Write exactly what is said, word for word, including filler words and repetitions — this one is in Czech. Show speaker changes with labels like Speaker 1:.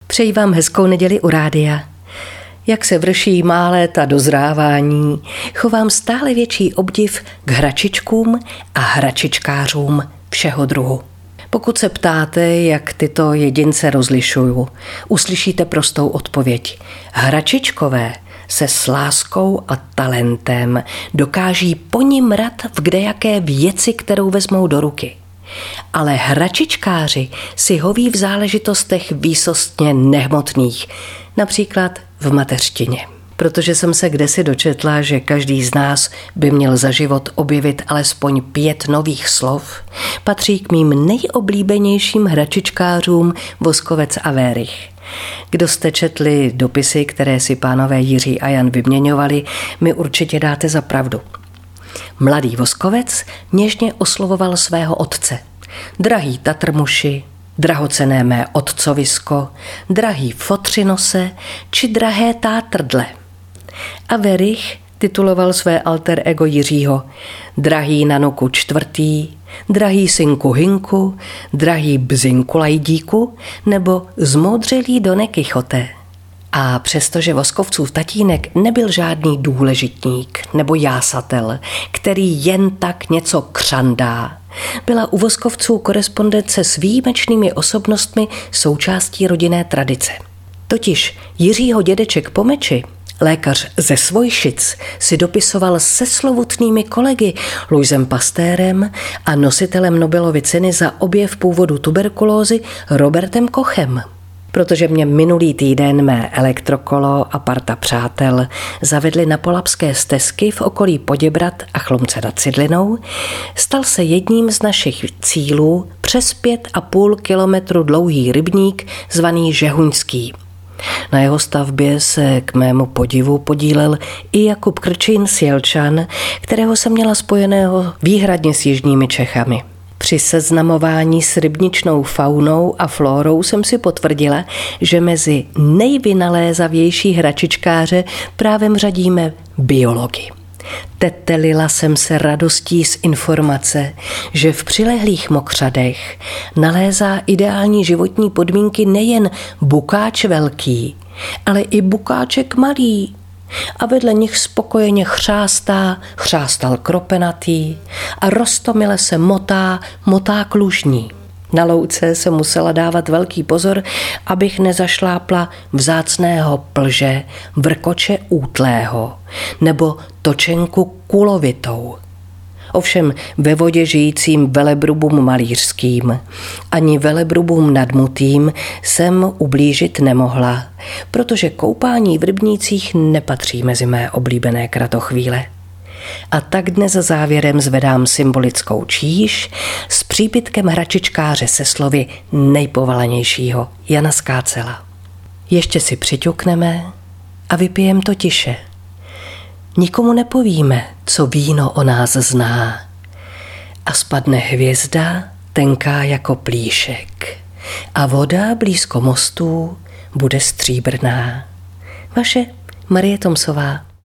Speaker 1: Přeji vám hezkou neděli u rádia. Jak se vrší má léta dozrávání, chovám stále větší obdiv k hračičkům a hračičkářům všeho druhu. Pokud se ptáte, jak tyto jedince rozlišuju, uslyšíte prostou odpověď. Hračičkové se s láskou a talentem dokáží ponimrat v kdejaké věci, kterou vezmou do ruky. Ale hračičkáři si hoví v záležitostech výsostně nehmotných, například v mateřštině. Protože jsem se kdesi dočetla, že každý z nás by měl za život objevit alespoň pět nových slov, patří k mým nejoblíbenějším hračičkářům Voskovec a Wérich. Kdo jste četli dopisy, které si pánové Jiří a Jan vyměňovali, mi určitě dáte za pravdu. Mladý Voskovec něžně oslovoval svého otce. Drahý tatrmuši, drahocenné mé otcovisko, drahý fotřinose či drahé tátrdle. A Wérich tituloval své alter ego Jiřího drahý nanuku čtvrtý, drahý synku Hinku, drahý bzinku Lajdíku nebo zmoudřelý Done Kichote. A přestože Voskovcův tatínek nebyl žádný důležitník nebo jásatel, který jen tak něco křandá, byla u Voskovců korespondence s výjimečnými osobnostmi součástí rodinné tradice. Totiž Jiřího dědeček Pomeči, lékař ze Svojšic, si dopisoval se slovutnými kolegy Louisem Pastérem a nositelem Nobelovy ceny za objev původu tuberkulózy Robertem Kochem. Protože mě minulý týden mé elektrokolo a parta přátel zavedli na polabské stezky v okolí Poděbrad a Chlumce nad Cidlinou, stal se jedním z našich cílů přes pět a půl kilometru dlouhý rybník zvaný Žehuňský. Na jeho stavbě se k mému podivu podílel i Jakub Krčín z Jelčan, kterého jsem měla spojeného výhradně s jižními Čechami. Při seznamování s rybničnou faunou a flórou jsem si potvrdila, že mezi nejvynalézavější hračičkáře právě řadíme biology. Tetelila jsem se radostí z informace, že v přilehlých mokřadech nalézá ideální životní podmínky nejen bukáč velký, ale i bukáček malý. A vedle nich spokojeně chřástá, chřástal kropenatý a roztomile se motá, motá klužní. Na louce se musela dávat velký pozor, abych nezašlápla vzácného plže, vrkoče útlého nebo točenku kulovitou. Ovšem ve vodě žijícím velebrubům malířským ani velebrubům nadmutým jsem ublížit nemohla, protože koupání v rybnících nepatří mezi mé oblíbené kratochvíle. A tak dnes závěrem zvedám symbolickou číš s přípitkem hračičkáře se slovy nejpovalanějšího Jana Skácela. Ještě si přiťukneme a vypijem to tiše. Nikomu nepovíme, co víno o nás zná. A spadne hvězda, tenká jako plíšek. A voda blízko mostů bude stříbrná. Vaše Marie Tomsová.